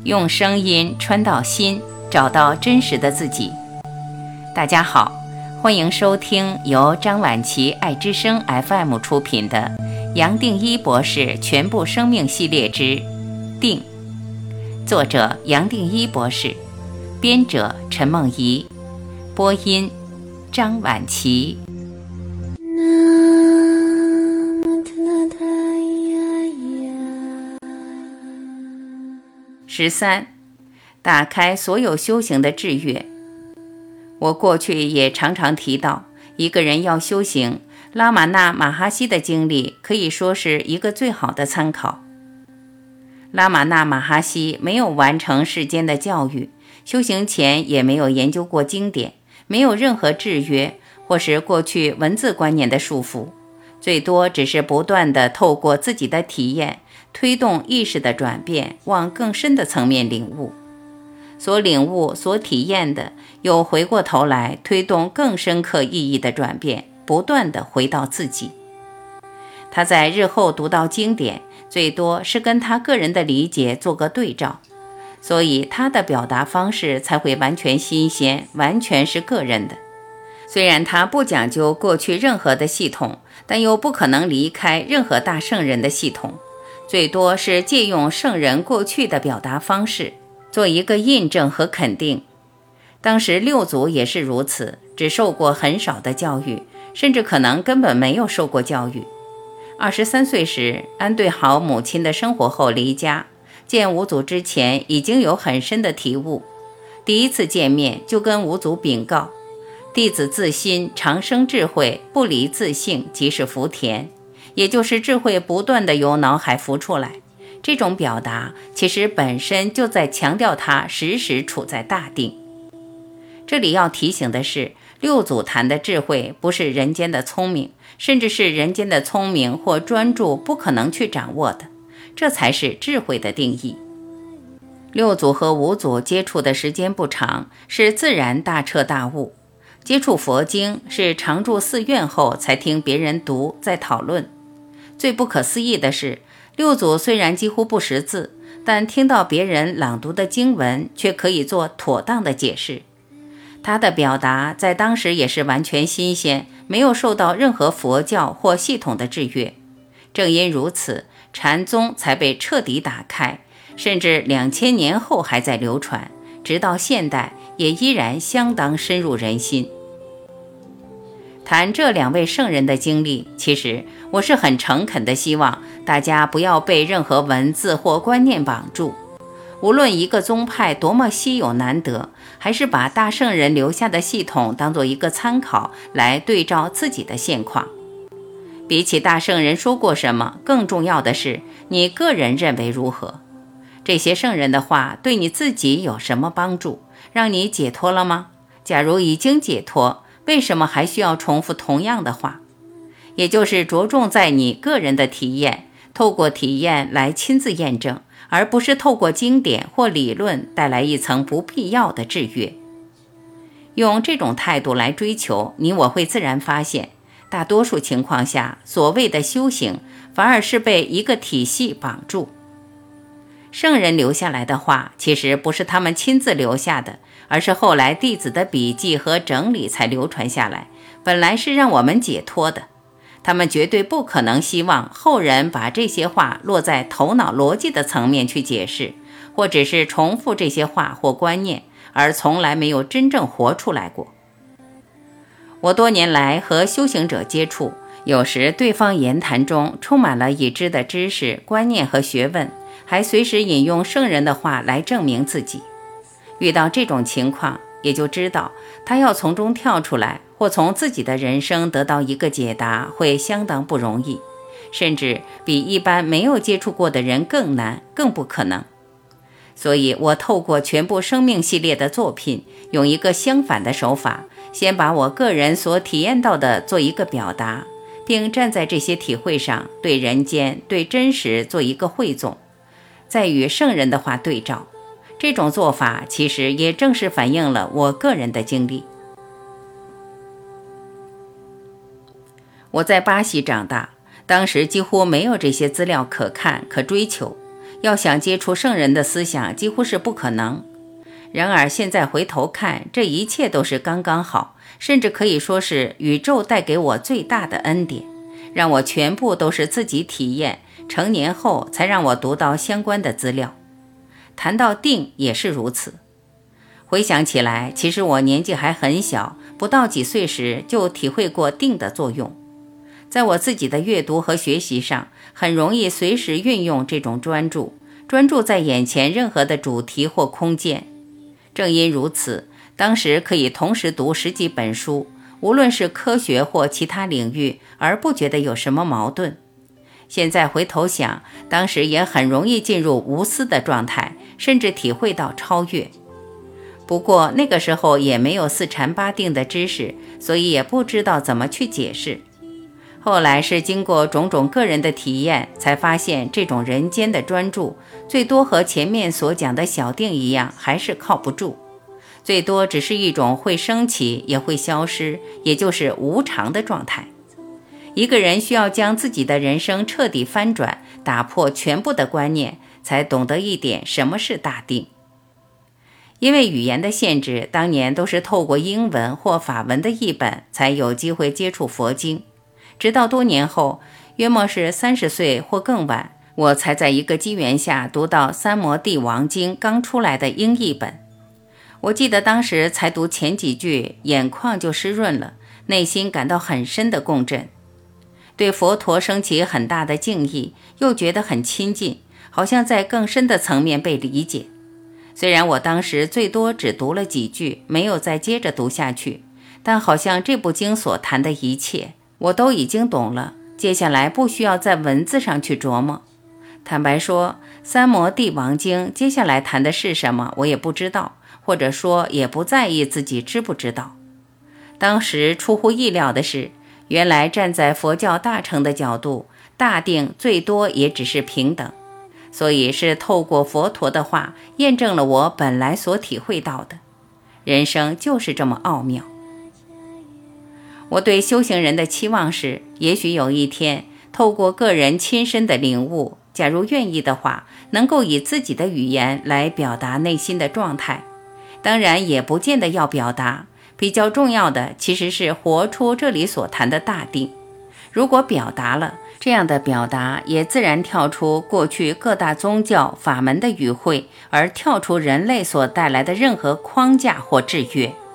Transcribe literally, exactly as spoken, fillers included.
用声音穿到心，找到真实的自己。大家好，欢迎收听由张晚琪爱之声 F M 出品的杨定一博士全部生命系列之定，作者杨定一博士，编者陈梦怡，播音张晚琪。十三，打开所有修行的制约。我过去也常常提到，一个人要修行，拉玛那马哈希的经历可以说是一个最好的参考。拉玛那马哈希没有完成世间的教育，修行前也没有研究过经典，没有任何制约或是过去文字观念的束缚，最多只是不断地透过自己的体验推动意识的转变，往更深的层面领悟。所领悟、所体验的，又回过头来推动更深刻意义的转变，不断地回到自己。他在日后读到经典，最多是跟他个人的理解做个对照，所以他的表达方式才会完全新鲜，完全是个人的。虽然他不讲究过去任何的系统，但又不可能离开任何大圣人的系统，最多是借用圣人过去的表达方式，做一个印证和肯定。当时六祖也是如此，只受过很少的教育，甚至可能根本没有受过教育。二十三岁时安顿好母亲的生活后离家，见五祖之前已经有很深的体悟。第一次见面就跟五祖禀告，弟子自心长生智慧，不离自性即是福田，也就是智慧不断地由脑海浮出来。这种表达其实本身就在强调他时时处在大定。这里要提醒的是，六祖谈的智慧不是人间的聪明，甚至是人间的聪明或专注不可能去掌握的，这才是智慧的定义。六祖和五祖接触的时间不长，是自然大彻大悟。接触佛经是常住寺院后才听别人读再讨论。最不可思议的是，六祖虽然几乎不识字，但听到别人朗读的经文却可以做妥当的解释。他的表达在当时也是完全新鲜，没有受到任何佛教或系统的制约。正因如此，禅宗才被彻底打开，甚至两千年后还在流传，直到现代也依然相当深入人心。谈这两位圣人的经历，其实我是很诚恳的希望大家不要被任何文字或观念绑住。无论一个宗派多么稀有难得，还是把大圣人留下的系统当作一个参考来对照自己的现况。比起大圣人说过什么，更重要的是你个人认为如何。这些圣人的话对你自己有什么帮助？让你解脱了吗？假如已经解脱，为什么还需要重复同样的话？也就是着重在你个人的体验，透过体验来亲自验证，而不是透过经典或理论带来一层不必要的制约。用这种态度来追求，你我会自然发现，大多数情况下，所谓的修行反而是被一个体系绑住。圣人留下来的话，其实不是他们亲自留下的，而是后来弟子的笔记和整理才流传下来，本来是让我们解脱的。他们绝对不可能希望后人把这些话落在头脑逻辑的层面去解释，或只是重复这些话或观念，而从来没有真正活出来过。我多年来和修行者接触，有时对方言谈中充满了已知的知识、观念和学问，还随时引用圣人的话来证明自己。遇到这种情况，也就知道他要从中跳出来，或从自己的人生得到一个解答，会相当不容易，甚至比一般没有接触过的人更难，更不可能。所以我透过全部生命系列的作品，用一个相反的手法，先把我个人所体验到的做一个表达，并站在这些体会上，对人间、对真实做一个汇总，再与圣人的话对照。这种做法其实也正是反映了我个人的经历。我在巴西长大，当时几乎没有这些资料可看可追求， 要想接触圣人的思想几乎是不可能。然而现在回头看，这一切都是刚刚好，甚至可以说是宇宙带给我最大的恩典，让我全部都是自己体验，成年后才让我读到相关的资料。谈到定也是如此。回想起来，其实我年纪还很小，不到几岁时就体会过定的作用。在我自己的阅读和学习上，很容易随时运用这种专注，专注在眼前任何的主题或空间。正因如此，当时可以同时读十几本书，无论是科学或其他领域，而不觉得有什么矛盾。现在回头想，当时也很容易进入无私的状态，甚至体会到超越。不过那个时候也没有四禅八定的知识，所以也不知道怎么去解释。后来是经过种种个人的体验，才发现这种人间的专注，最多和前面所讲的小定一样，还是靠不住。最多只是一种会升起也会消失，也就是无常的状态。一个人需要将自己的人生彻底翻转，打破全部的观念，才懂得一点什么是大定。因为语言的限制，当年都是透过英文或法文的译本才有机会接触佛经。直到多年后，约莫是三十岁或更晚，我才在一个机缘下读到《三摩地王经》刚出来的英译本。我记得当时才读前几句，眼眶就湿润了，内心感到很深的共振，对佛陀升起很大的敬意，又觉得很亲近，好像在更深的层面被理解。虽然我当时最多只读了几句，没有再接着读下去，但好像这部经所谈的一切我都已经懂了，接下来不需要在文字上去琢磨。坦白说，三摩地王经接下来谈的是什么，我也不知道，或者说也不在意自己知不知道。当时出乎意料的是，原来站在佛教大乘的角度，大定最多也只是平等，所以是透过佛陀的话，验证了我本来所体会到的。人生就是这么奥妙。我对修行人的期望是，也许有一天，透过个人亲身的领悟，假如愿意的话，能够以自己的语言来表达内心的状态。当然也不见得要表达，比较重要的其实是活出这里所谈的大定。如果表达了，这样的表达也自然跳出过去各大宗教法门的语汇，而跳出人类所带来的任何框架或制约。